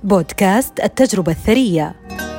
بودكاست التجربة الثرية.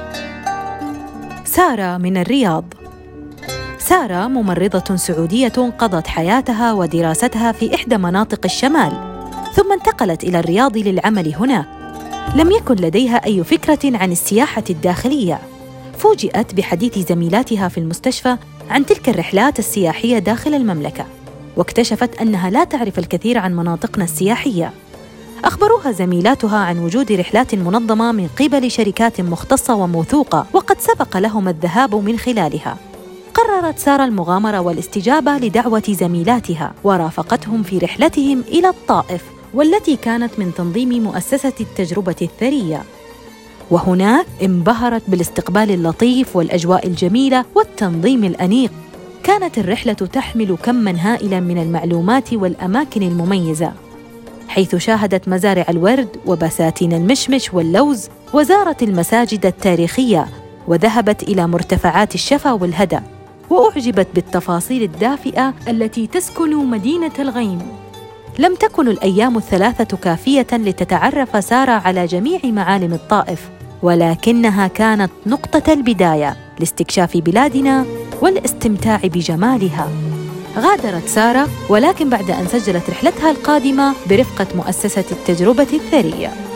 سارة من الرياض. سارة ممرضة سعودية قضت حياتها ودراستها في إحدى مناطق الشمال، ثم انتقلت إلى الرياض للعمل هناك. لم يكن لديها أي فكرة عن السياحة الداخلية. فوجئت بحديث زميلاتها في المستشفى عن تلك الرحلات السياحية داخل المملكة، واكتشفت أنها لا تعرف الكثير عن مناطقنا السياحية. أخبروها زميلاتها عن وجود رحلات منظمة من قبل شركات مختصة وموثوقة، وقد سبق لهم الذهاب من خلالها. قررت سارة المغامرة والاستجابة لدعوة زميلاتها، ورافقتهم في رحلتهم إلى الطائف، والتي كانت من تنظيم مؤسسة التجربة الثرية. وهناك انبهرت بالاستقبال اللطيف والأجواء الجميلة والتنظيم الأنيق. كانت الرحلة تحمل كماً هائلاً من المعلومات والأماكن المميزة، حيث شاهدت مزارع الورد وبساتين المشمش واللوز، وزارت المساجد التاريخية، وذهبت إلى مرتفعات الشفا والهدى، وأعجبت بالتفاصيل الدافئة التي تسكن مدينة الغيم. لم تكن الأيام الثلاثة كافية لتتعرف سارة على جميع معالم الطائف، ولكنها كانت نقطة البداية لاستكشاف بلادنا والاستمتاع بجمالها. غادرت سارة، ولكن بعد أن سجلت رحلتها القادمة برفقة مؤسسة التجربة الثرية.